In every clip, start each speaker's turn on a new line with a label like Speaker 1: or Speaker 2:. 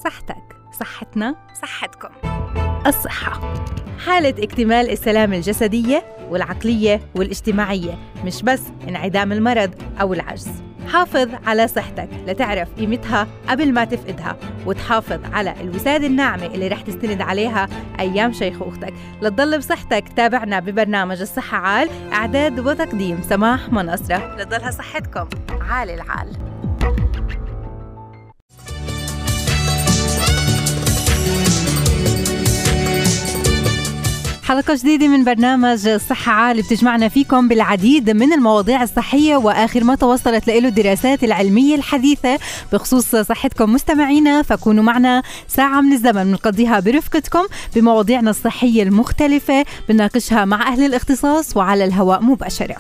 Speaker 1: صحتك، صحتنا، صحتكم. الصحة حالة اكتمال السلامة الجسدية والعقلية والاجتماعية، مش بس انعدام المرض أو العجز. حافظ على صحتك لتعرف قيمتها قبل ما تفقدها، وتحافظ على الوسادة الناعمة اللي رح تستند عليها أيام شيخوختك. لتضل بصحتك تابعنا ببرنامج الصحة عال، إعداد وتقديم سماح منصرة. لتضلها صحتكم عال العال. حلقة جديدة من برنامج الصحة عال بتجمعنا فيكم بالعديد من المواضيع الصحية وآخر ما توصلت له الدراسات العلمية الحديثة بخصوص صحتكم مستمعينا. فكونوا معنا ساعة من الزمن بنقضيها برفقتكم بمواضيعنا الصحية المختلفة، بنناقشها مع أهل الاختصاص وعلى الهواء مباشرة.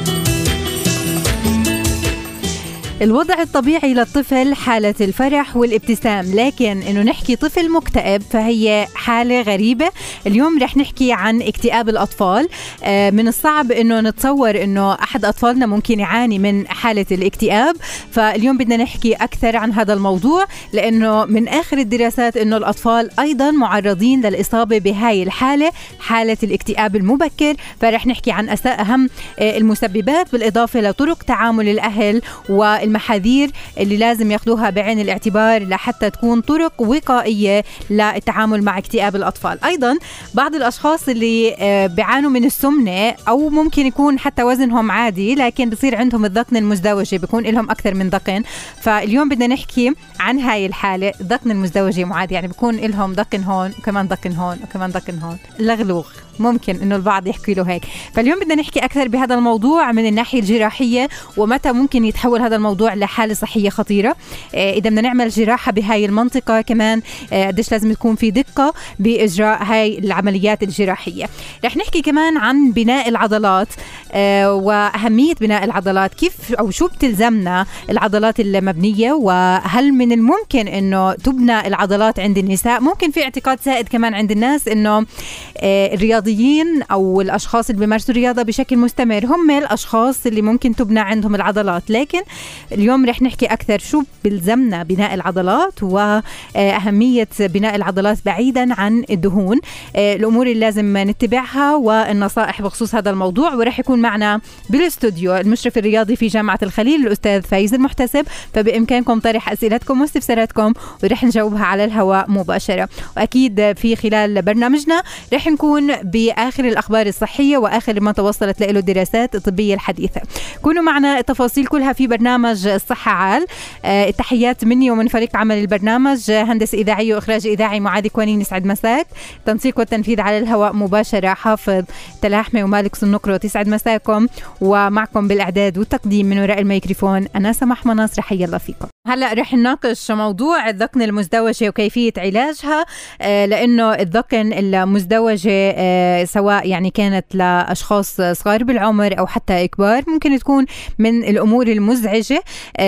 Speaker 1: الوضع الطبيعي للطفل حالة الفرح والابتسام، لكن إنه نحكي طفل مكتئب فهي حالة غريبة. اليوم رح نحكي عن اكتئاب الأطفال. من الصعب إنه نتصور إنه أحد أطفالنا ممكن يعاني من حالة الاكتئاب، فاليوم بدنا نحكي أكثر عن هذا الموضوع، لأنه من آخر الدراسات إنه الأطفال أيضا معرضين للإصابة بهاي الحالة، حالة الاكتئاب المبكر. فرح نحكي عن أهم المسببات، بالإضافة لطرق تعامل الأهل والمحاذير اللي لازم ياخدوها بعين الاعتبار لحتى تكون طرق وقائية للتعامل مع اكتئاب الأطفال. أيضا بعض الأشخاص اللي بيعانوا من السمنة أو ممكن يكون حتى وزنهم عادي لكن بصير عندهم الذقن المزدوجة، بيكون لهم أكثر من ذقن. فاليوم بدنا نحكي عن هاي الحالة، الذقن المزدوجة معادي، يعني بيكون لهم ذقن هون وكمان ذقن هون وكمان ذقن هون، لغلوغ ممكن إنه البعض يحكي له هيك. فاليوم بدنا نحكي أكثر بهذا الموضوع من الناحية الجراحية، ومتى ممكن يتحول هذا الموضوع لحالة صحية خطيرة. إذا بدنا نعمل جراحة بهاي المنطقة كمان قديش لازم تكون في دقة بإجراء هاي العمليات الجراحية. رح نحكي كمان عن بناء العضلات وأهمية بناء العضلات، كيف أو شو بتلزمنا العضلات المبنية، وهل من الممكن إنه تبنى العضلات عند النساء. ممكن في اعتقاد سائد كمان عند الناس إنه الرياضيين أو الأشخاص اللي بيمارسوا الرياضة بشكل مستمر هم الأشخاص اللي ممكن تبنى عندهم العضلات، لكن اليوم رح نحكي أكثر شو بلزمنا بناء العضلات وأهمية بناء العضلات بعيدا عن الدهون، الأمور اللي لازم نتبعها والنصائح بخصوص هذا الموضوع. ورح يكون معنا بالاستوديو المشرف الرياضي في جامعة الخليل الأستاذ فايز المحتسب، فبإمكانكم طرح أسئلتكم واستفساراتكم ورح نجاوبها على الهواء مباشرة. وأكيد في خلال برنامجنا رح نكون بآخر الأخبار الصحية وآخر ما توصلت له الدراسات الطبية الحديثة. كونوا معنا، التفاصيل كلها في برنامج الصحة عال. التحيات مني ومن فريق عمل البرنامج، هندسة إذاعية وإخراج إذاعي معاذ كوانين، يسعد مساك. تنسيق والتنفيذ على الهواء مباشرة حافظ تلاحمة ومالك سنقرة، تسعد مساكم. ومعكم بالإعداد والتقديم من وراء الميكروفون أنا سماح منصرة، حيا الله فيكم. هلأ رح نناقش موضوع الذقن المزدوجة وكيفية علاجها، لأنه الذقن المزدوجة سواء يعني كانت لأشخاص صغار بالعمر أو حتى كبار ممكن تكون من الأمور المزعجة.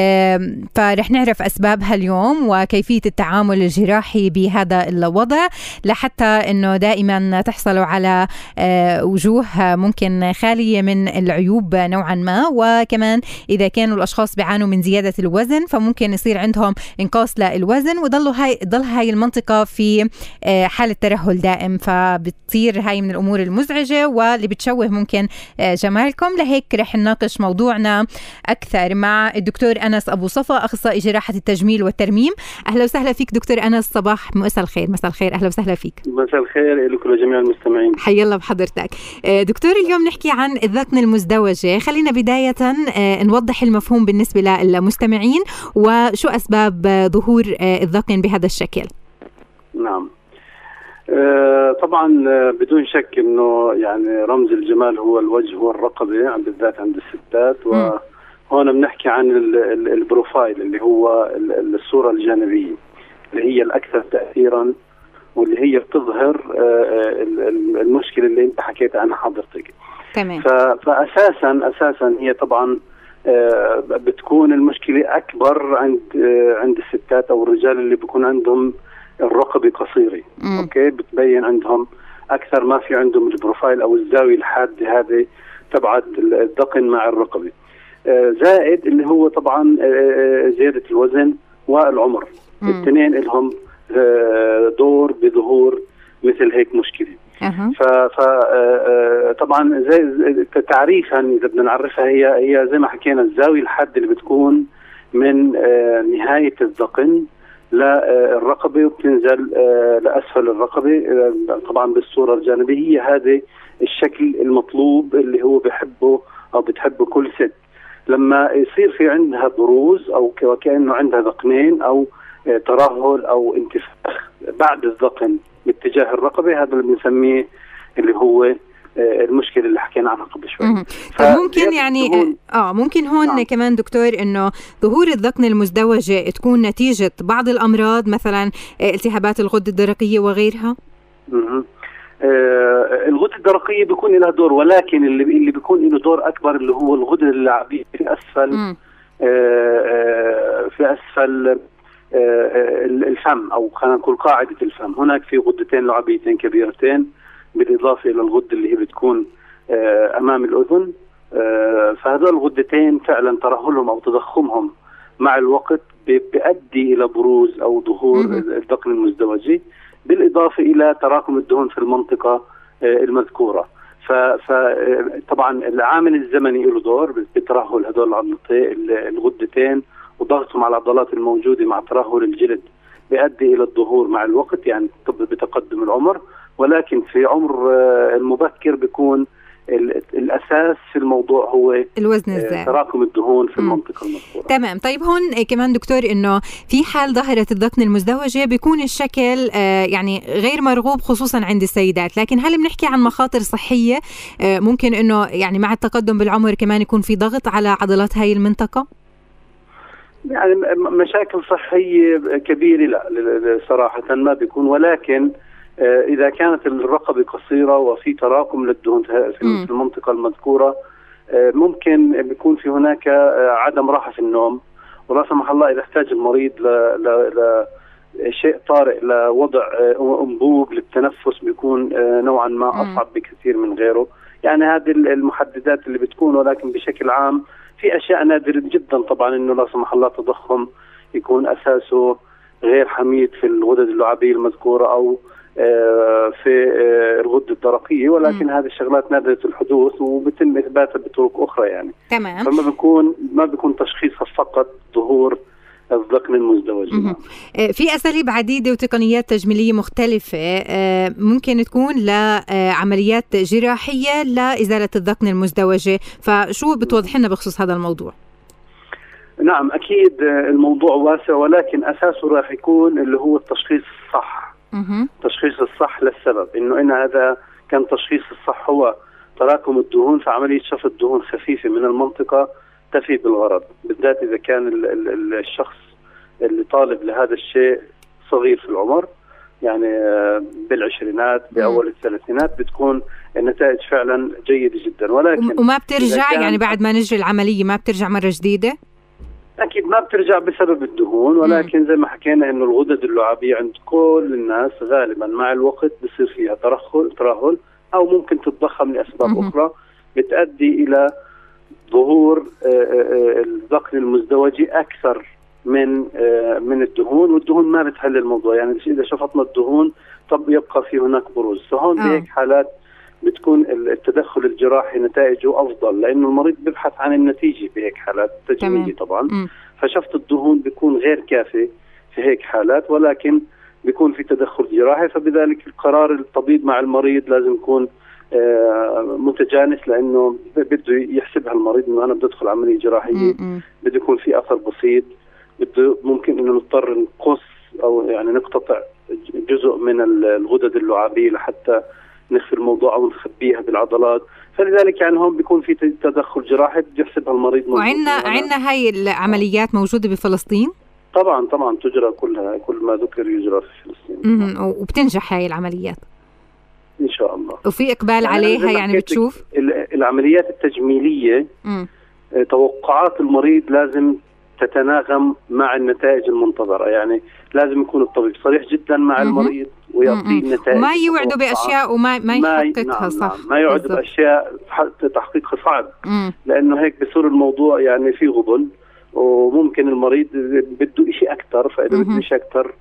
Speaker 1: فرح نعرف أسبابها اليوم وكيفية التعامل الجراحي بهذا الوضع، لحتى أنه دائما تحصلوا على وجوه ممكن خالية من العيوب نوعا ما. وكمان إذا كانوا الأشخاص بيعانوا من زيادة الوزن فممكن يصير عندهم انقاص للوزن، وضل هاي المنطقة في حالة ترهل دائم، فبتصير هاي من الأمور المزعجة واللي بتشوه ممكن جمالكم. لهيك رح نناقش موضوعنا أكثر مع الدكتور أنس أبو صفا، أخصائي جراحة التجميل والترميم. أهلا وسهلا فيك دكتور أنس. صباح مساء الخير. مساء الخير، أهلا وسهلا فيك.
Speaker 2: مساء الخير لكم ولجميع المستمعين.
Speaker 1: حيا الله بحضرتك دكتور. اليوم نحكي عن الذقن المزدوجة. خلينا بداية نوضح المفهوم بالنسبة للمستمعين وشو أسباب ظهور الذقن بهذا الشكل.
Speaker 2: نعم، طبعا بدون شك انه يعني رمز الجمال هو الوجه والرقبة بالذات عند الستات. وهنا بنحكي عن البروفايل اللي هو الصورة الجانبية اللي هي الأكثر تأثيرا واللي هي بتظهر المشكلة اللي انت حكيت عنها حضرتك.
Speaker 1: تمام.
Speaker 2: فأساسا هي طبعا بتكون المشكلة أكبر عند الستات أو الرجال اللي بيكون عندهم الرقبة قصيرة. أوكي، بتبين عندهم أكثر ما في عندهم البروفايل أو الزاوية الحادة هذه تبعت الذقن مع الرقبة، زائد اللي هو طبعا زيادة الوزن والعمر. الاثنين لهم دور بظهور مثل هيك مشكله. طبعا زي تعريفا اذا بدنا نعرفها هي زي ما حكينا الزاويه الحاده اللي بتكون من نهايه الذقن للرقبه وبتنزل لاسفل الرقبه طبعا بالصوره الجانبيه. هذا الشكل المطلوب اللي هو بحبه او بتحبه كل ست. لما يصير في عندها بروز او وكانه عندها ذقنين او ترهل او انتفاخ بعد الذقن باتجاه الرقبه، هذا اللي بنسميه اللي هو المشكله اللي حكينا عنها قبل شوي.
Speaker 1: ممكن يعني ممكن هون كمان دكتور انه ظهور الذقن المزدوجه تكون نتيجه بعض الامراض مثلا التهابات الغده الدرقيه وغيرها.
Speaker 2: الغده الدرقيه بيكون لها دور، ولكن اللي بيكون له دور اكبر اللي هو الغدد اللعابيه في اسفل في اسفل الفم، او خلينا نقول قاعده الفم. هناك في غدتين لعابيتين كبيرتين بالاضافه الى الغده اللي هي بتكون امام الاذن. فهذول الغدتين فعلا ترهلهم او تضخمهم مع الوقت بيؤدي الى بروز او ظهور الذقن المزدوجي، بالاضافه الى تراكم الدهون في المنطقه المذكوره. فطبعا العامل الزمني له دور بترهل هذول الغدتين وضغطهم على العضلات الموجوده مع ترهل الجلد بيؤدي الى الظهور مع الوقت، يعني بتقدم العمر. ولكن في عمر المبكر بيكون الاساس في الموضوع هو
Speaker 1: الوزن الزائد،
Speaker 2: تراكم الدهون في المنطقه المذكوره.
Speaker 1: تمام. طيب هون كمان دكتور انه في حال ظهرت الذقن المزدوجه بيكون الشكل يعني غير مرغوب خصوصا عند السيدات، لكن هل بنحكي عن مخاطر صحيه ممكن انه يعني مع التقدم بالعمر كمان يكون في ضغط على عضلات هاي المنطقه؟
Speaker 2: يعني مشاكل صحيه كبيره لا صراحه ما بيكون، ولكن إذا كانت الرقبة قصيرة وفي تراكم للدهون في المنطقة المذكورة ممكن بيكون في هناك عدم راحة في النوم، ولا سمح الله إذا احتاج المريض لشيء طارئ لوضع أنبوب للتنفس بيكون نوعا ما أصعب بكثير من غيره. يعني هذه المحددات اللي بتكون، ولكن بشكل عام في أشياء نادرة جدا طبعا إنه لا سمح الله تضخم يكون أساسه غير حميد في الغدد اللعابية المذكورة أو في الغدة الدرقية، ولكن هذه الشغلات نادرة الحدوث وبتم إثباتها بطرق أخرى يعني.
Speaker 1: تمام.
Speaker 2: ما بيكون تشخيصها فقط ظهور الذقن المزدوج.
Speaker 1: في أساليب عديدة وتقنيات تجميلية مختلفة ممكن تكون لعمليات جراحية لإزالة الذقن المزدوجة، فشو بتوضح لنا بخصوص هذا الموضوع؟
Speaker 2: نعم أكيد الموضوع واسع، ولكن أساسه راح يكون اللي هو التشخيص الصح. تشخيص الصح للسبب إنه هذا كان تشخيص الصح هو تراكم الدهون، فعملية شفط دهون خفيفة من المنطقة تفي بالغرض، بالذات إذا كان الشخص اللي طالب لهذا الشيء صغير في العمر، يعني بالعشرينات بأول الثلاثينات، بتكون النتائج فعلا جيدة جدا. ولكن
Speaker 1: وما بترجع يعني بعد ما نجري العملية ما بترجع مرة جديدة؟
Speaker 2: أكيد ما بترجع بسبب الدهون، ولكن زي ما حكينا إنه الغدد اللعابية عند كل الناس غالبا مع الوقت بصير فيها ترهل أو ممكن تتضخم لأسباب أخرى بتؤدي إلى ظهور الذقن المزدوجي أكثر من الدهون، والدهون ما بتحل الموضوع. يعني إذا شفطنا الدهون طب يبقى في هناك بروز، فهون بهيك حالات بتكون التدخل الجراحي نتائجه أفضل، لأنه المريض بيبحث عن النتيجة بهيك حالات تجميلية طبعا. فشفط الدهون بيكون غير كافي في هيك حالات، ولكن بيكون في تدخل جراحي، فبذلك القرار الطبيب مع المريض لازم يكون متجانس، لأنه بده يحسبها المريض إنه أنا بدي أدخل عملية جراحية بده يكون في أثر بسيط، ممكن إنه نضطر نقص أو يعني نقتطع جزء من الغدد اللعابية لحتى نخفي الموضوع أو نخبيها بالعضلات، فلذلك يعني هون بيكون في تدخل جراحي بده يحسبها المريض.
Speaker 1: وعندنا هاي العمليات موجودة بفلسطين؟
Speaker 2: طبعا تجرى كل ما ذكر يجرى في فلسطين.
Speaker 1: وبتنجح هاي العمليات
Speaker 2: إن شاء الله،
Speaker 1: وفي إقبال عليها يعني بتشوف؟
Speaker 2: العمليات التجميلية توقعات المريض لازم تتناغم مع النتائج المنتظرة، يعني لازم يكون الطبيب صريح جدا مع المريض ويعطيه النتائج،
Speaker 1: ما يوعدوا بأشياء وما يحققها. صح،
Speaker 2: ما يوعد بأشياء تحقيقها صعب، لأنه هيك بصير الموضوع يعني في غبن، وممكن المريض بده إشي أكتر، فإذا بده إشي أكتر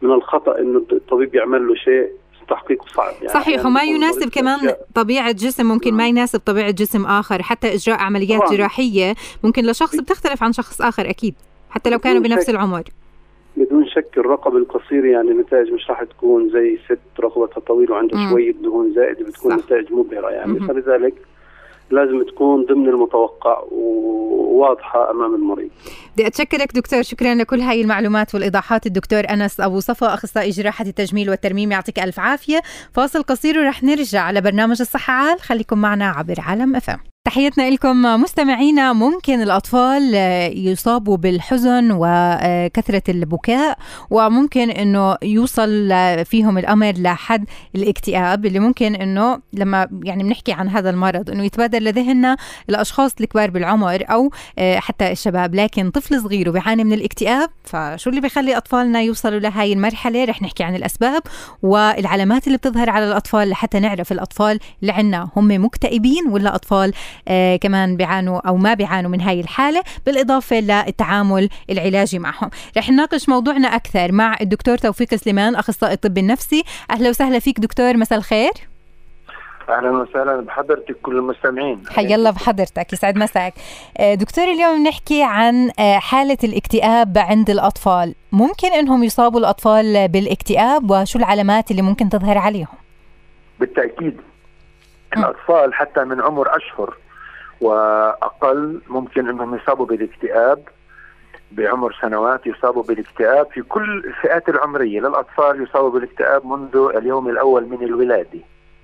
Speaker 2: من الخطأ انه الطبيب يعمل له شيء تحقيقه صعب. يعني
Speaker 1: صحيح، وما يناسب كمان طبيعة جسم، ممكن ما يناسب طبيعة جسم آخر. حتى إجراء عمليات جراحية ممكن لشخص بتختلف عن شخص آخر أكيد، حتى لو كانوا بنفس العمر.
Speaker 2: بدون شك الرقبة القصيرة يعني النتائج مش راح تكون زي ست رقبتها طويلة وعنده شوية دهون زائدة، بتكون نتائج مبهرة يعني. فلذلك لازم تكون ضمن المتوقع وواضحة أمام المريض.
Speaker 1: بدي أتشكرك دكتور، شكرا لكل هاي المعلومات والإيضاحات. الدكتور أنس أبو صفا، أخصائي جراحة التجميل والترميم، يعطيك ألف عافية. فاصل قصير ورح نرجع على برنامج الصحة عال، خليكم معنا عبر عالم FM. تحياتنا لكم مستمعينا. ممكن الأطفال يصابوا بالحزن وكثرة البكاء، وممكن أنه يوصل فيهم الأمر لحد الاكتئاب، اللي ممكن أنه لما يعني بنحكي عن هذا المرض أنه يتبادر لذهننا الأشخاص الكبار بالعمر أو حتى الشباب، لكن طفل صغير وبيعاني من الاكتئاب، فشو اللي بيخلي أطفالنا يوصلوا لهاي المرحلة؟ رح نحكي عن الأسباب والعلامات اللي بتظهر على الأطفال لحتى نعرف الأطفال اللي عنا هم مكتئبين ولا أطفال كمان بيعانوا أو ما بيعانوا من هاي الحالة، بالإضافة للتعامل العلاجي معهم. رح نناقش موضوعنا أكثر مع الدكتور توفيق سليمان، أخصائي الطب النفسي. أهلا وسهلا فيك دكتور، مساء الخير.
Speaker 3: أهلا وسهلا بحضرتك كل المستمعين.
Speaker 1: حيا الله بحضرتك، يسعد مساك. دكتور، اليوم نحكي عن حالة الاكتئاب عند الأطفال. ممكن أنهم يصابوا الأطفال بالاكتئاب، وشو العلامات اللي ممكن تظهر عليهم؟
Speaker 3: بالتأكيد الأطفال حتى من عمر أشهر وأقل ممكن أنهم يصابوا بالاكتئاب. بعمر سنوات يصابوا بالاكتئاب في كل الفئات العمرية. للأطفال يصابوا بالاكتئاب منذ اليوم الأول من الولادة.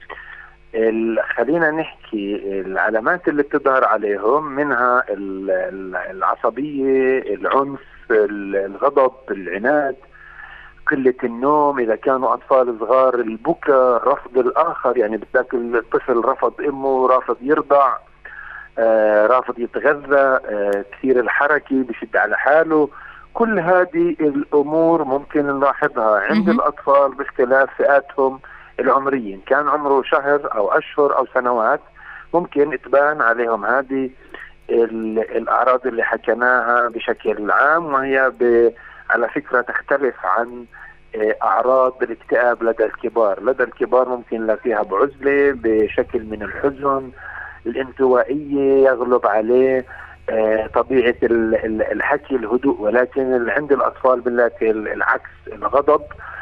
Speaker 3: خلينا نحكي العلامات اللي بتظهر عليهم، منها العصبية، العنف، الغضب، العناد، قلة النوم إذا كانوا أطفال صغار، البكاء، رفض الآخر، يعني بدك الطفل رفض أمه، رافض يرضع، رافض يتغذى، كثير الحركة، بشد على حاله. كل هذه الأمور ممكن نلاحظها عند الأطفال باختلاف فئاتهم العمرية. إن كان عمره شهر أو أشهر أو سنوات ممكن تبان عليهم هذه الأعراض اللي حكيناها بشكل عام، وهي على فكرة تختلف عن أعراض الاكتئاب لدى الكبار. لدى الكبار ممكن نلاقيها بعزلة، بشكل من الحزن، الانطوائية يغلب عليه، طبيعة الحكي، الهدوء. ولكن عند الأطفال بنلاقي العكس، الغضب،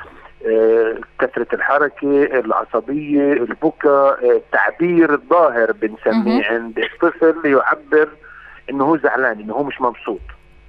Speaker 3: كثرة الحركة، العصبية، البكاء، التعبير الظاهر بنسميه عند الطفل يعبر إنه هو زعلان، إنه هو مش مبسوط.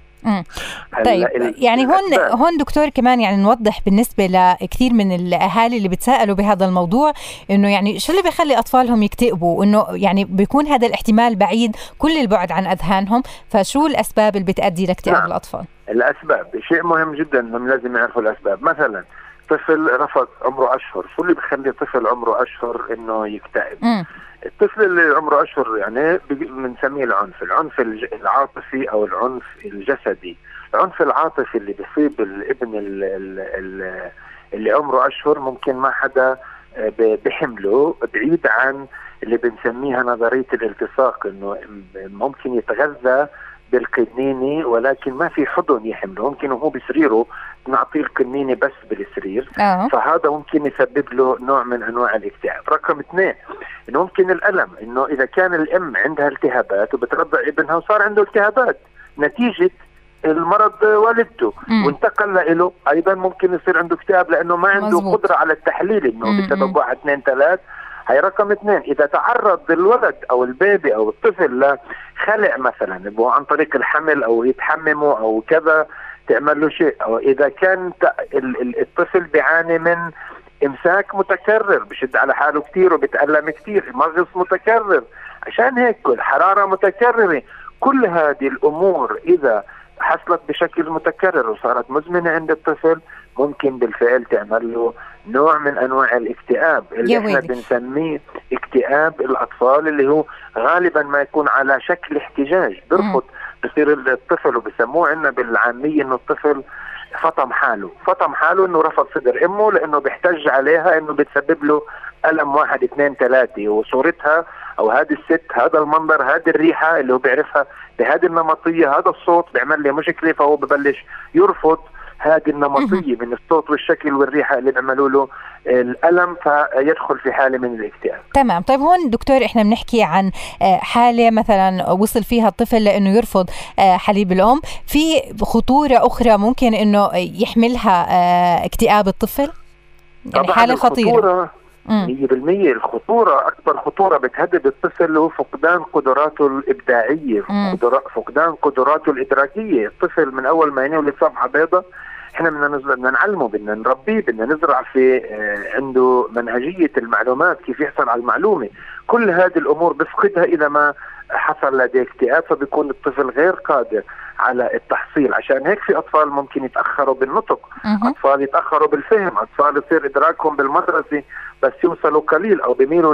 Speaker 1: طيب يعني هون دكتور كمان يعني نوضح بالنسبة لكثير من الأهالي اللي بتساءلوا بهذا الموضوع، إنه يعني شو اللي بيخلي أطفالهم يكتئبوا، إنه يعني بيكون هذا الاحتمال بعيد كل البعد عن أذهانهم، فشو الأسباب اللي بتؤدي لاكتئاب الأطفال؟
Speaker 3: الأسباب شيء مهم جدا، إنهم لازم يعرفوا الأسباب. مثلا طفل رفض عمره أشهر، شو اللي بيخلي طفل عمره أشهر إنه يكتئب؟ الطفل اللي عمره أشهر يعني بنسميه العنف العاطفي أو العنف الجسدي. العنف العاطفي اللي بيصيب الابن اللي عمره أشهر ممكن ما حدا بحمله، بعيد عن اللي بنسميها نظرية الالتصاق، إنه ممكن يتغذى بالقنينة ولكن ما في حضن يحمله. ممكن وهو بسريره نعطيه القنينة بس بالسرير، فهذا ممكن يسبب له نوع من أنواع الاكتئاب. رقم 2 إنه ممكن الألم، إنه إذا كان الأم عندها التهابات وبترضع ابنها وصار عنده التهابات نتيجة المرض والدته وانتقل له، أيضا ممكن يصير عنده اكتئاب لأنه ما عنده قدرة على التحليل إنه بسبب 1 2 3. هي رقم 2. إذا تعرض الولد أو البيبي أو الطفل لخلع مثلا عن طريق الحمل أو يتحمموا أو كذا تعمل له شيء، أو إذا كان الطفل بيعاني من إمساك متكرر، بشد على حاله كتير وبتألم كتير، مغص متكرر، عشان هيك الحرارة متكررة، كل هذه الأمور إذا حصلت بشكل متكرر وصارت مزمنة عند الطفل ممكن بالفعل تعمل له نوع من أنواع الاكتئاب اللي احنا بنسميه اكتئاب الأطفال، اللي هو غالبا ما يكون على شكل احتجاج، برفض بصير الطفل، وبسموه عندنا بالعامية انه الطفل فطم حاله انه رفض صدر امه لانه بيحتج عليها انه بتسبب له ألم 1 2 3، وصورتها او هذه الست، هذا المنظر، هذه الريحة اللي هو بيعرفها بهذه النمطية، هذا الصوت بيعمل له مشكلة، فهو ببلش يرفض هذه النمطيه من الصوت والشكل والريحه اللي بيعملوا له الالم، فيدخل في حاله من الاكتئاب.
Speaker 1: تمام. طيب هون دكتور احنا بنحكي عن حاله مثلا وصل فيها الطفل لانه يرفض حليب الام، في خطوره اخرى ممكن انه يحملها اكتئاب الطفل؟ يعني حاله خطيره.
Speaker 3: 100% الخطورة، أكبر خطورة بتهدد الطفل هو فقدان قدراته الإبداعية، فقدان قدراته الإدراكية. الطفل من أول ما ينولد صفحة بيضاء احنا بدنا نعلمه، بدنا نربيه، بدنا نزرع في عنده منهجية المعلومات، كيف يحصل على المعلومة. كل هذه الأمور بفقدها إذا ما حصل لديه اكتئاب، فبيكون الطفل غير قادر على التحصيل. عشان هيك في أطفال ممكن يتأخروا بالنطق، أطفال يتأخروا بالفهم، أطفال يصير إدراكهم بالمدرسة بس يوصلوا قليل، أو بيميلوا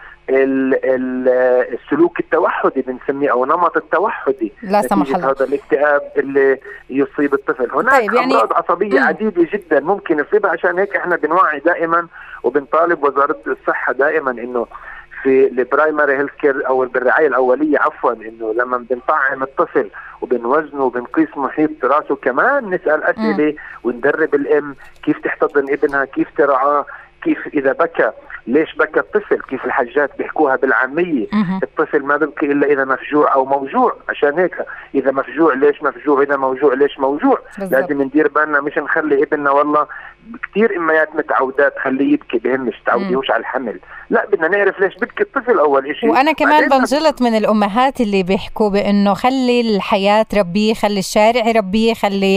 Speaker 3: السلوك التوحدي بنسميه، أو نمط التوحدي،
Speaker 1: لا سمح الله،
Speaker 3: هذا الاكتئاب اللي يصيب الطفل. هناك أمراض عصبية عديدة جدا ممكن يصيبها. عشان هيك احنا بنوعي دائما وبنطالب وزارة الصحة دائما انه في البرايمري هيلث كير او بالرعايه الاوليه انه لما بنطعم الطفل وبنوزنه وبنقيس محيط راسه، كمان نسال اسئله وندرب الام كيف تحتضن ابنها، كيف ترعاه، كيف اذا بكى ليش بكى الطفل، كيف الحاجات بيحكوها بالعاميه. الطفل ما بيبكي الا اذا مفجوع او موجوع، عشان هيك اذا مفجوع ليش مفجوع، اذا موجوع ليش موجوع. لازم ندير بالنا، مش نخلي ابننا والله كثير اميات متعودات خليه يبكي بهمش تعوديهوش على الحمل، لا بدنا نعرف ليش بكي الطفل اول شيء.
Speaker 1: وانا كمان بنجلط من الامهات اللي بيحكوا بانه خلي الحياه ربيه، خلي الشارع ربيه، خلي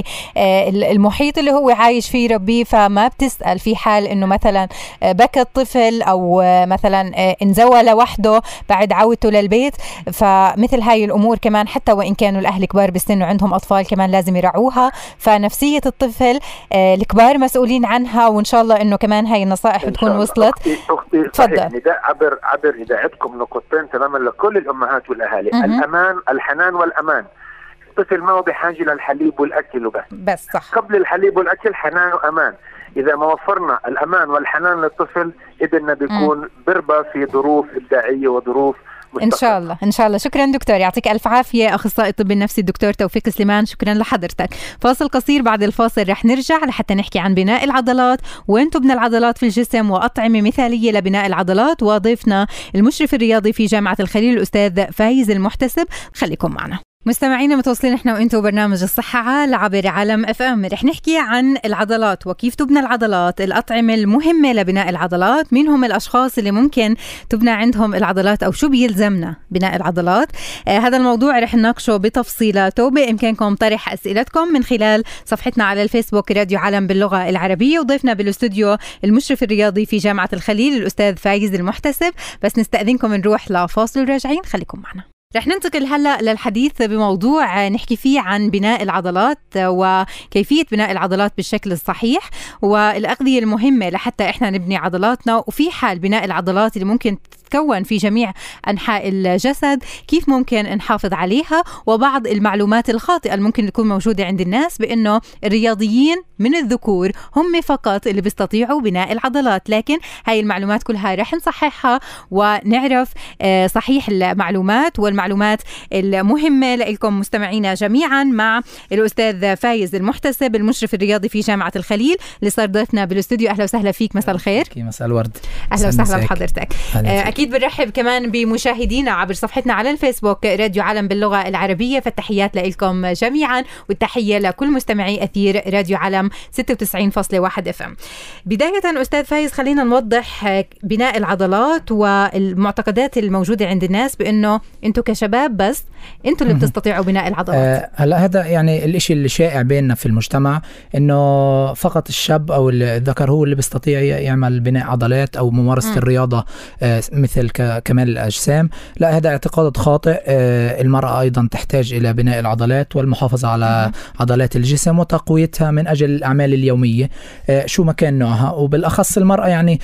Speaker 1: المحيط اللي هو عايش فيه ربيه، فما بتسال في حال انه مثلا بكى الطفل او مثلا انزوى لوحده بعد عودته للبيت. فمثل هاي الامور كمان حتى وان كانوا الاهل كبار بالسن وعندهم اطفال كمان لازم يراعوها. فنفسيه الطفل الكبار مسؤولين عنها، وان شاء الله انه كمان هاي النصائح بتكون وصلت.
Speaker 3: اختي تفضل. نداء عبر اذاعتكم نقطتين تماما لكل الامهات والاهالي. الامان، الحنان والامان. الطفل ما هو بحاجه للحليب والاكل
Speaker 1: بس صح.
Speaker 3: قبل الحليب والاكل حنان وامان. إذا ما وفرنا الأمان والحنان للطفل، ابننا بيكون بربى في ظروف إبداعية وظروف مستقبل. إن
Speaker 1: شاء الله إن شاء الله. شكرا دكتور، يعطيك ألف عافية، أخصائي الطب النفسي الدكتور توفيق سليمان، شكرا لحضرتك. فاصل قصير، بعد الفاصل رح نرجع لحتى نحكي عن بناء العضلات، وين تبنى العضلات في الجسم، وأطعمة مثالية لبناء العضلات، وضيفنا المشرف الرياضي في جامعة الخليل الأستاذ فايز المحتسب. خليكم معنا مستمعينا، متواصلين احنا وانتم برنامج الصحة عبر عالم FM. رح نحكي عن العضلات وكيف تبنى العضلات، الأطعمة المهمة لبناء العضلات، مين هم الأشخاص اللي ممكن تبنى عندهم العضلات أو شو بيلزمنا بناء العضلات. هذا الموضوع رح نناقشه بتفصيلاته. بإمكانكم طرح أسئلتكم من خلال صفحتنا على الفيسبوك راديو عالم باللغة العربية، وضيفنا بالاستوديو المشرف الرياضي في جامعة الخليل الأستاذ فايز المحتسب. بس نستأذنكم نروح لفاصل راجعين، خليكم معنا. رح ننتقل هلأ للحديث بموضوع نحكي فيه عن بناء العضلات وكيفية بناء العضلات بالشكل الصحيح، والأغذية المهمة لحتى إحنا نبني عضلاتنا. وفي حال بناء العضلات اللي ممكن تتكون في جميع أنحاء الجسد كيف ممكن نحافظ عليها، وبعض المعلومات الخاطئة اللي ممكن تكون موجودة عند الناس بأنه الرياضيين من الذكور هم فقط اللي بيستطيعوا بناء العضلات. لكن هاي المعلومات كلها رح نصححها ونعرف صحيح المعلومات والمعلومات المهمة لكم مستمعينا جميعا مع الأستاذ فايز المحتسب المشرف الرياضي في جامعة الخليل اللي صار ضيفنا بالاستوديو. أهلا وسهلا فيك، مساء الخير.
Speaker 4: مساء الورد.
Speaker 1: أهلا وسهلا بحضرتك. أكيد بنرحب كمان بمشاهدينا عبر صفحتنا على الفيسبوك راديو عالم باللغة العربية، فالتحيات لكم جميعا والتحية لكل مستمعي أثير راديو عالم 96.1 FM. بداية أستاذ فايز، خلينا نوضح بناء العضلات والمعتقدات الموجودة عند الناس بأنه أنتم كشباب بس أنتم اللي بتستطيعوا بناء العضلات.
Speaker 4: هلا هذا يعني الإشي اللي شائع بيننا في المجتمع، إنه فقط الشاب أو الذكر هو اللي بيستطيع يعمل بناء عضلات أو ممارسة الرياضة مثل كمال الأجسام. لا، هذا اعتقاد خاطئ. المرأة أيضا تحتاج إلى بناء العضلات والمحافظة على عضلات الجسم وتقويتها من أجل الأعمال اليومية شو ما كان نوعها، وبالأخص المرأة. يعني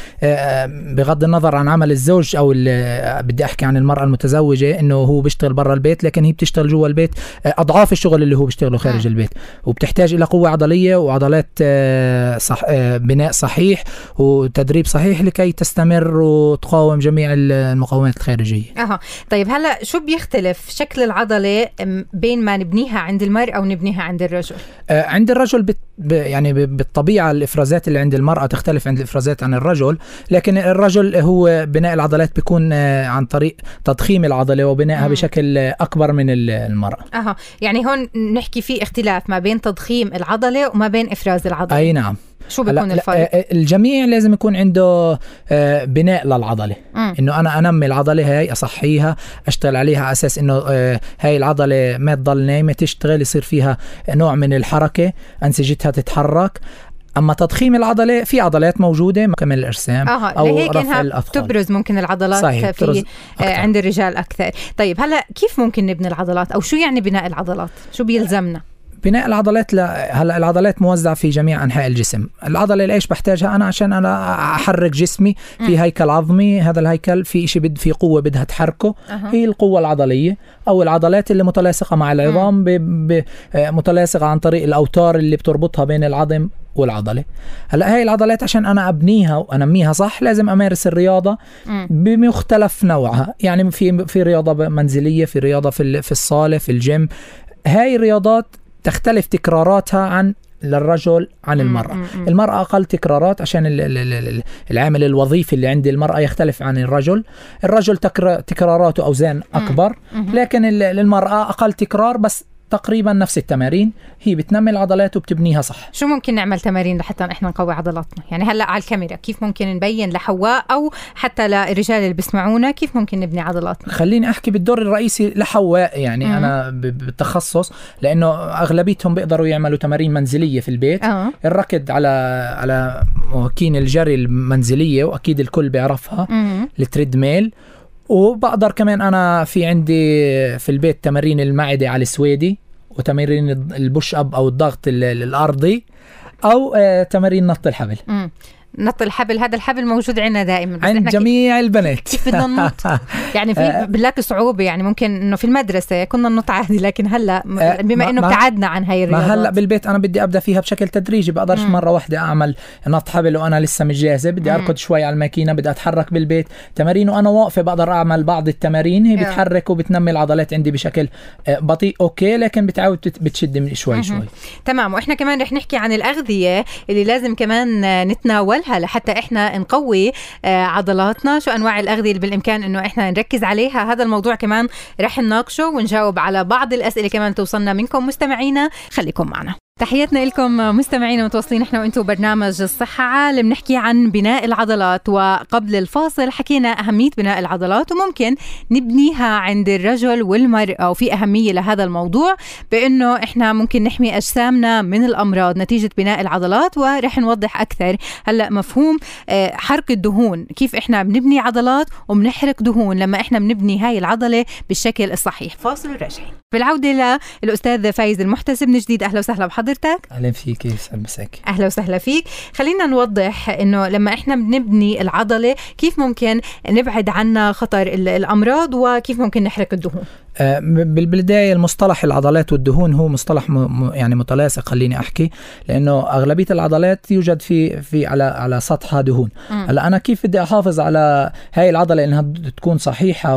Speaker 4: بغض النظر عن عمل الزوج أو بدي أحكي عن المرأة المتزوجة، إنه هو بيشتغل برا البيت لكن هي بتشتغل جوا البيت أضعاف الشغل اللي هو بيشتغله خارج البيت، وبتحتاج إلى قوة عضلية وعضلات بناء صحيح وتدريب صحيح لكي تستمر وتقاوم جميع المقومات الخارجية.
Speaker 1: طيب هلا شو بيختلف شكل العضلة بين ما نبنيها عند المرأة ونبنيها عند الرجل؟
Speaker 4: عند الرجل يعني بالطبيعة الإفرازات اللي عند المرأة تختلف عند الإفرازات عن الرجل، لكن الرجل هو بناء العضلات بيكون عن طريق تضخيم العضلة وبنائها بشكل أكبر من المرأة.
Speaker 1: يعني هون نحكي في اختلاف ما بين تضخيم العضلة وما بين إفراز العضلة.
Speaker 4: أي نعم.
Speaker 1: شو بيكون الفرق؟
Speaker 4: الجميع لازم يكون عنده بناء للعضلة، إنه أنا أنمي العضلة هاي، أصحيها، أشتغل عليها على أساس إنه هاي العضلة ما تضل نايمة، تشتغل، يصير فيها نوع من الحركة، أنسجتها تتحرك. أما تضخيم العضلة في عضلات موجودة كمان الأجسام أو رفع الأثقال،
Speaker 1: تبرز ممكن العضلات في عند الرجال أكثر. طيب هلا كيف ممكن نبني العضلات، أو شو يعني بناء العضلات؟ شو بيلزمنا؟
Speaker 4: بناء العضلات هلا العضلات موزعة في جميع أنحاء الجسم. العضلة اللي إيش بحتاجها أنا عشان أنا أحرك جسمي في هيكل عظمي، هذا الهيكل في إشي في قوة بدها تحركه، هي القوة العضلية أو العضلات اللي متلاصقة مع العظام، متلاصقة عن طريق الأوتار اللي بتربطها بين العظم والعضلة. هلا هاي العضلات عشان أنا أبنيها وأنميها صح لازم أمارس الرياضة بمختلف نوعها. يعني في رياضة منزلية، في رياضة في الصالة، في الجيم. هاي الرياضات تختلف تكراراتها عن للرجل عن المرأة. المرأة أقل تكرارات عشان العامل الوظيفي اللي عند المرأة يختلف عن الرجل. الرجل تكراراته أوزان أكبر، لكن المرأة أقل تكرار بس تقريبا نفس التمارين. هي بتنمي العضلات وبتبنيها صح.
Speaker 1: شو ممكن نعمل تمارين لحتى احنا نقوي عضلاتنا؟ يعني هلا على الكاميرا كيف ممكن نبين لحواء او حتى للرجال اللي بيسمعونا كيف ممكن نبني عضلاتنا؟
Speaker 4: خليني احكي بالدور الرئيسي لحواء. يعني انا بالتخصص، لانه اغلبيتهم بيقدروا يعملوا تمارين منزليه في البيت. الركض على مواكين الجري المنزليه، واكيد الكل بيعرفها، التريد ميل. وبقدر كمان أنا في عندي في البيت تمارين المعدة على السويدي، وتمارين البوش أب أو الضغط الأرضي، أو تمارين نط الحبل.
Speaker 1: نط الحبل، هذا الحبل موجود عندنا دائما
Speaker 4: عند جميع البنات.
Speaker 1: كيف بدنا ننط؟ يعني في بلاك صعوبة، يعني ممكن انه في المدرسة كنا ننط عادي، لكن هلا بما انه ابتعدنا عن هاي الرياضات.
Speaker 4: ما هلا بالبيت انا بدي ابدا فيها بشكل تدريجي، بقدرش مرة واحدة اعمل نط حبل وانا لسه مش جاهزة. بدي اركض شوي على الماكينة، بدي اتحرك بالبيت تمارين وانا واقفة. بقدر اعمل بعض التمارين هي بتحرك وبتنمي العضلات عندي بشكل بطيء، اوكي، لكن بتعود بتشد من شوي.
Speaker 1: تمام. واحنا كمان رح نحكي عن الأغذية اللي لازم كمان نتناول لحتى احنا نقوي عضلاتنا. شو انواع الاغذيه اللي بالامكان انه احنا نركز عليها؟ هذا الموضوع كمان رح نناقشه ونجاوب على بعض الاسئله كمان توصلنا منكم مستمعينا. خليكم معنا. تحياتنا لكم مستمعينا، متواصلين احنا وانتم برنامج الصحة عالم، نحكي عن بناء العضلات. وقبل الفاصل حكينا أهمية بناء العضلات وممكن نبنيها عند الرجل والمرأة، وفي أهمية لهذا الموضوع بأنه احنا ممكن نحمي أجسامنا من الأمراض نتيجة بناء العضلات. ورح نوضح أكثر هلأ مفهوم حرق الدهون، كيف احنا بنبني عضلات وبنحرق دهون لما احنا بنبني هاي العضلة بالشكل الصحيح. فاصل وراجعين. بالعودة للأستاذ فايز المحتسب من جديد، أهلا وسهلا بحضرتك.
Speaker 4: أهلا فيك، يسعد مساك.
Speaker 1: أهلا وسهلا فيك. خلينا نوضح إنه لما إحنا بنبني العضلة كيف ممكن نبعد عنا خطر الأمراض وكيف ممكن نحرق الدهون.
Speaker 4: بالبداية المصطلح العضلات والدهون هو مصطلح يعني متلاصق، خليني أحكي، لأنه أغلبية العضلات يوجد في على سطحها دهون. هلا أنا كيف بدي أحافظ على هاي العضلة إنها تكون صحيحة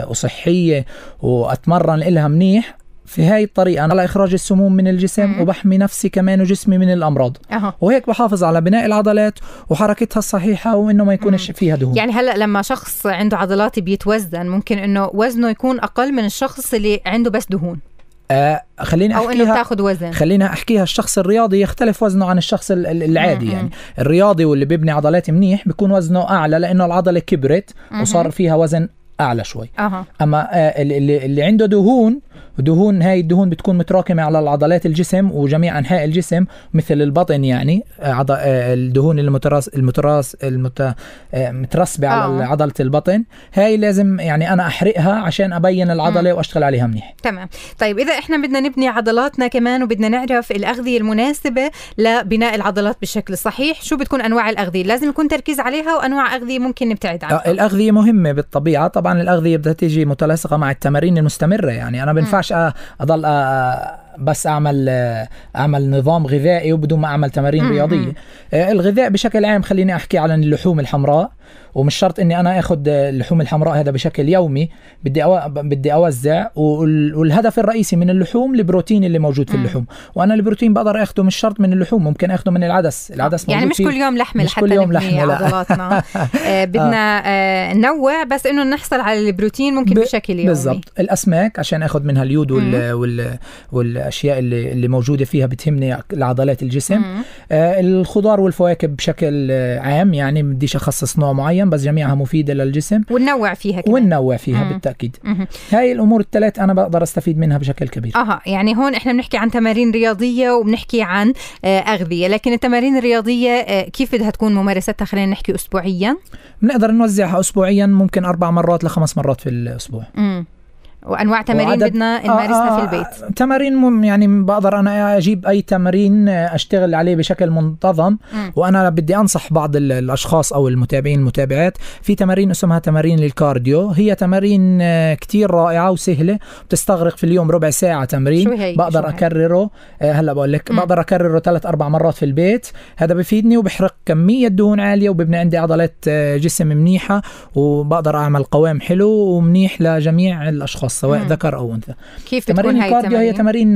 Speaker 4: وصحية وأتمرن إلها منيح؟ في هاي الطريقة أنا على إخراج السموم من الجسم وبحمي نفسي كمان وجسمي من الأمراض. وهيك بحافظ على بناء العضلات وحركتها الصحيحة وإنه ما يكونش فيها دهون.
Speaker 1: يعني هلأ لما شخص عنده عضلات بيتوزن ممكن إنه وزنه يكون أقل من الشخص اللي عنده بس دهون.
Speaker 4: خلينا
Speaker 1: أو إنه بتاخد وزن.
Speaker 4: خلينا أحكيها، الشخص الرياضي يختلف وزنه عن الشخص العادي. يعني الرياضي واللي بيبني عضلات منيح بيكون وزنه أعلى لأنه العضلة كبرت وصار فيها وزن أعلى شوي. أما اللي عنده دهون، هاي الدهون بتكون متراكمة على العضلات الجسم وجميع أنحاء الجسم مثل البطن. يعني الدهون مترسبة على عضلة البطن، هاي لازم يعني أنا أحرقها عشان أبين العضلة وأشتغل عليها منيح.
Speaker 1: تمام. طيب إذا إحنا بدنا نبني عضلاتنا كمان وبدنا نعرف الأغذية المناسبة لبناء العضلات بالشكل الصحيح، شو بتكون أنواع الأغذية لازم يكون تركيز عليها وأنواع أغذية ممكن نبتعد عنها؟
Speaker 4: الأغذية مهمة بالطبيعة. طبعا الأغذية بدها تيجي متلاصقة مع التمارين المستمرة. يعني أنا بنفعش أضل بس اعمل نظام غذائي وبدون ما اعمل تمارين رياضيه. الغذاء بشكل عام خليني احكي على اللحوم الحمراء، ومش شرط اني انا اخذ اللحوم الحمراء هذا بشكل يومي، بدي اوزع، والهدف الرئيسي من اللحوم البروتين اللي موجود في اللحوم، وانا البروتين بقدر اخده مش شرط من اللحوم، ممكن اخده من العدس
Speaker 1: يعني مش كل يوم لحمه لحتى نبني عضلاتنا. بدنا ننوع بس انه نحصل على البروتين ممكن بشكل يومي.
Speaker 4: بالضبط. الاسماك عشان اخذ منها اليود والاشياء اللي موجوده فيها بتهمني لعضلات الجسم. الخضار والفواكه بشكل عام، يعني بديش اخصص نوع معين، بس جميعها مفيده للجسم،
Speaker 1: وننوع فيها
Speaker 4: بالتاكيد. هاي الامور الثلاث انا بقدر استفيد منها بشكل كبير.
Speaker 1: يعني هون احنا بنحكي عن تمارين رياضيه وبنحكي عن اغذيه، لكن التمارين الرياضيه كيف بدها تكون ممارستها؟ خلينا نحكي اسبوعيا،
Speaker 4: بنقدر نوزعها اسبوعيا، ممكن 4 مرات ل5 مرات في الاسبوع.
Speaker 1: وانواع تمارين بدنا نمارسها في البيت.
Speaker 4: تمارين يعني بقدر انا اجيب اي تمرين اشتغل عليه بشكل منتظم. وانا بدي انصح بعض الاشخاص او المتابعين المتابعات في تمارين اسمها تمارين للكارديو. هي تمارين كتير رائعه وسهله، بتستغرق في اليوم ربع ساعه تمرين. بقدر اكرره، هلا بقول لك بقدر اكرره 3-4 مرات في البيت. هذا بفيدني وبحرق كميه دهون عاليه وببني عندي عضلات جسم منيحه، وبقدر اعمل قوام حلو ومنيح لجميع الاشخاص سواء ذكر أو أنثى.
Speaker 1: كيف تكون هاي التمارين؟
Speaker 4: هي تمارين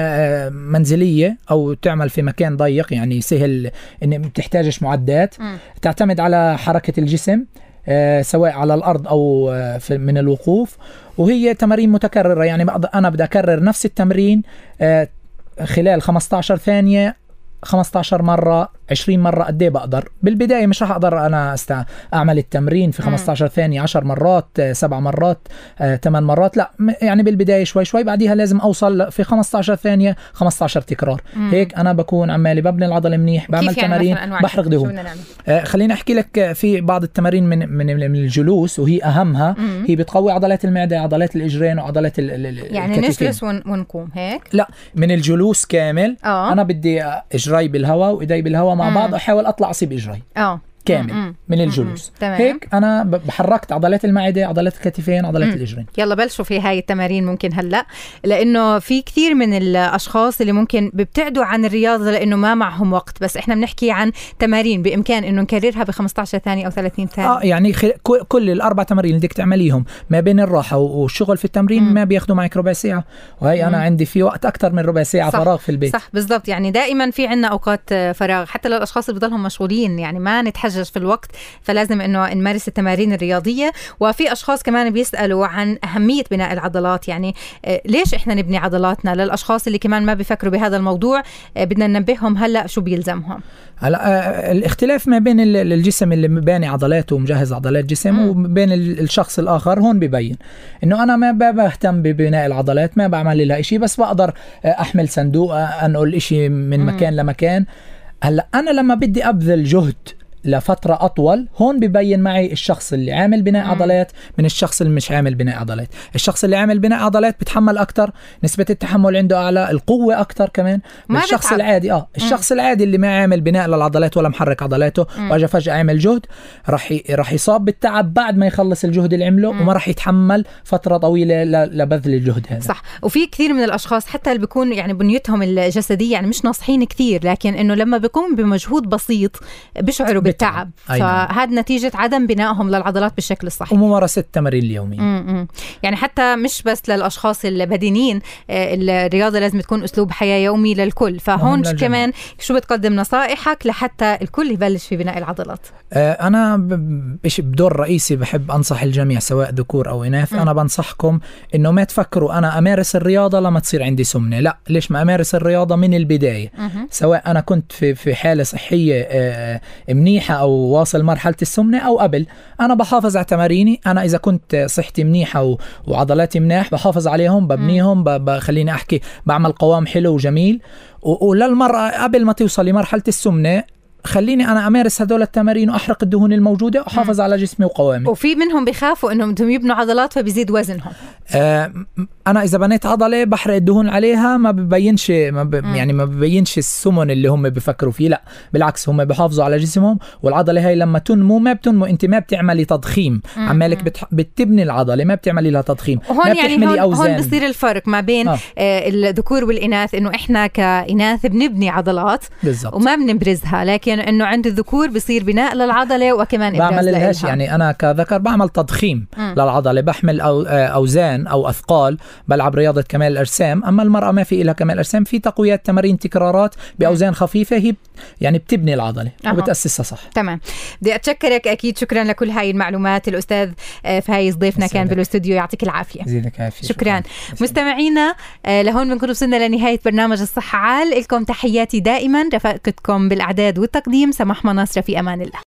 Speaker 4: منزلية أو تعمل في مكان ضيق، يعني سهل إن بتحتاجش معدات. تعتمد على حركة الجسم سواء على الأرض أو من الوقوف، وهي تمارين متكررة. يعني أنا بدي أكرر نفس التمرين خلال 15 ثانية 15 مرة 20 مرة قد ايه بقدر. بالبداية مش راح اقدر انا اعمل التمرين في 15 ثانية 10 مرات 7 مرات 8 مرات، لا يعني بالبداية شوي شوي، بعديها لازم اوصل في 15 ثانية 15 تكرار. هيك انا بكون عمالي ببني العضلة منيح، بعمل تمارين بحرق دهون. خليني احكي لك في بعض التمارين من الجلوس، وهي اهمها. هي بتقوي عضلات المعدة، عضلات الاجرين وعضلات
Speaker 1: يعني نجلس ونقوم هيك؟
Speaker 4: لا، من الجلوس كامل. انا بدي اجري بالهواء وايدي بالهواء مع بعض، احاول اطلع اصيب اجري كامل من الجلوس. هيك انا بحركت عضلات المعده، عضلات الكتفين، عضلات الاجرين.
Speaker 1: يلا بلشوا في هاي التمارين ممكن هلا، لانه في كثير من الاشخاص اللي ممكن بيبتعدوا عن الرياضه لانه ما معهم وقت، بس احنا بنحكي عن تمارين بامكان انه نكررها ب 15 ثانيه او 30 ثانيه.
Speaker 4: يعني كل ال4 تمارين اللي بدك تعمليهم ما بين الراحه والشغل في التمرين ما بياخذوا معك ربع ساعه، وهي انا عندي في وقت اكثر من ربع ساعه فراغ في البيت.
Speaker 1: صح بالضبط. يعني دائما في عنا اوقات فراغ حتى للاشخاص اللي بضلهم مشغولين، يعني ما نتحجج في الوقت، فلازم انه نمارس التمارين الرياضيه. وفي اشخاص كمان بيسالوا عن اهميه بناء العضلات، يعني ليش احنا نبني عضلاتنا؟ للاشخاص اللي كمان ما بيفكروا بهذا الموضوع بدنا ننبههم هلا شو بيلزمهم.
Speaker 4: هلا الاختلاف ما بين الجسم اللي باني عضلاته ومجهز عضلات جسم وبين الشخص الاخر هون ببين انه انا ما بهتم ببناء العضلات، ما بعمل لها شيء، بس بقدر احمل صندوق، انقل شيء من مكان لمكان. هلا انا لما بدي ابذل جهد لفترة أطول، هون ببين معي الشخص اللي عامل بناء عضلات من الشخص اللي مش عامل بناء عضلات. الشخص اللي عامل بناء عضلات بتحمل أكتر، نسبة التحمل عنده أعلى، القوة أكتر كمان. الشخص العادي الشخص العادي اللي ما عامل بناء للعضلات ولا محرك عضلاته واجا فجأة عامل جهد، رح يصاب بالتعب بعد ما يخلص الجهد اللي عمله، وما رح يتحمل فترة طويلة لبذل الجهد هذا.
Speaker 1: صح. وفي كثير من الأشخاص حتى اللي بيكون يعني بنيتهم الجسدية يعني مش ناصحين كثير، لكن إنه لما بيقوم بمجهود بسيط بيشعروا بالتعب. فهذا نتيجة عدم بنائهم للعضلات بالشكل الصحيح
Speaker 4: وممارسة التمارين اليومية.
Speaker 1: يعني حتى مش بس للأشخاص البدينين، الرياضة لازم تكون أسلوب حياة يومي للكل. فهون كمان شو بتقدم نصائحك لحتى الكل يبلش في بناء العضلات؟
Speaker 4: أنا بدور رئيسي بحب أنصح الجميع سواء ذكور أو إناث. أنا بنصحكم إنه ما تفكروا أنا أمارس الرياضة لما تصير عندي سمنة. لا، ليش ما أمارس الرياضة من البداية، سواء أنا كنت في حالة صحية منيحة أو واصل مرحلة السمنة أو قبل. أنا بحافظ على تماريني. أنا إذا كنت صحتي منيحة وعضلاتي منيح بحافظ عليهم، ببنيهم، بخليني أحكي بعمل قوام حلو وجميل. وللمرأة قبل ما توصل لمرحلة السمنة خليني أنا أمارس هدول التمارين وأحرق الدهون الموجودة وأحافظ على جسمي وقوامي.
Speaker 1: وفي منهم بيخافوا إنهم بدهم يبنوا عضلات فبيزيد وزنهم.
Speaker 4: أنا إذا بنيت عضلة بحرق الدهون عليها ما ببينش يعني ما ببينش السمن اللي هم بيفكروا فيه، لا بالعكس هم بيحافظوا على جسمهم. والعضلة هاي لما تنمو ما بتنمو، أنت ما بتعملي تضخيم، عمالك بتبني العضلة، ما بتعملي لها تضخيم.
Speaker 1: ما يعني هون بصير الفرق ما بين الذكور والإناث، إنه إحنا كإناث بنبني عضلات بالزبط. وما بنبرزها، لكن إنه عند الذكور بصير بناء للعضلة وكمان
Speaker 4: بعمل لهاش. يعني أنا كذكر بعمل تضخيم للعضلة، بحمل أوزان أو أثقال، بلعب رياضة كمال الأجسام. أما المرأة ما في إلها كمال الأجسام، في تقويات تمارين تكرارات بأوزان خفيفة، هي يعني بتبني العضلة وبتأسسها صح.
Speaker 1: تمام. بدي أتشكرك أكيد، شكرا لكل هاي المعلومات. الأستاذ فايز ضيفنا كان بالاستوديو، يعطيك العافية. شكرا. مستمعينا لهون بنكون وصلنا لنهاية برنامج الصحة عال. لكم تحياتي دائما، رفقتكم بالإعداد والتقديم سماح مناصرة، في أمان الله.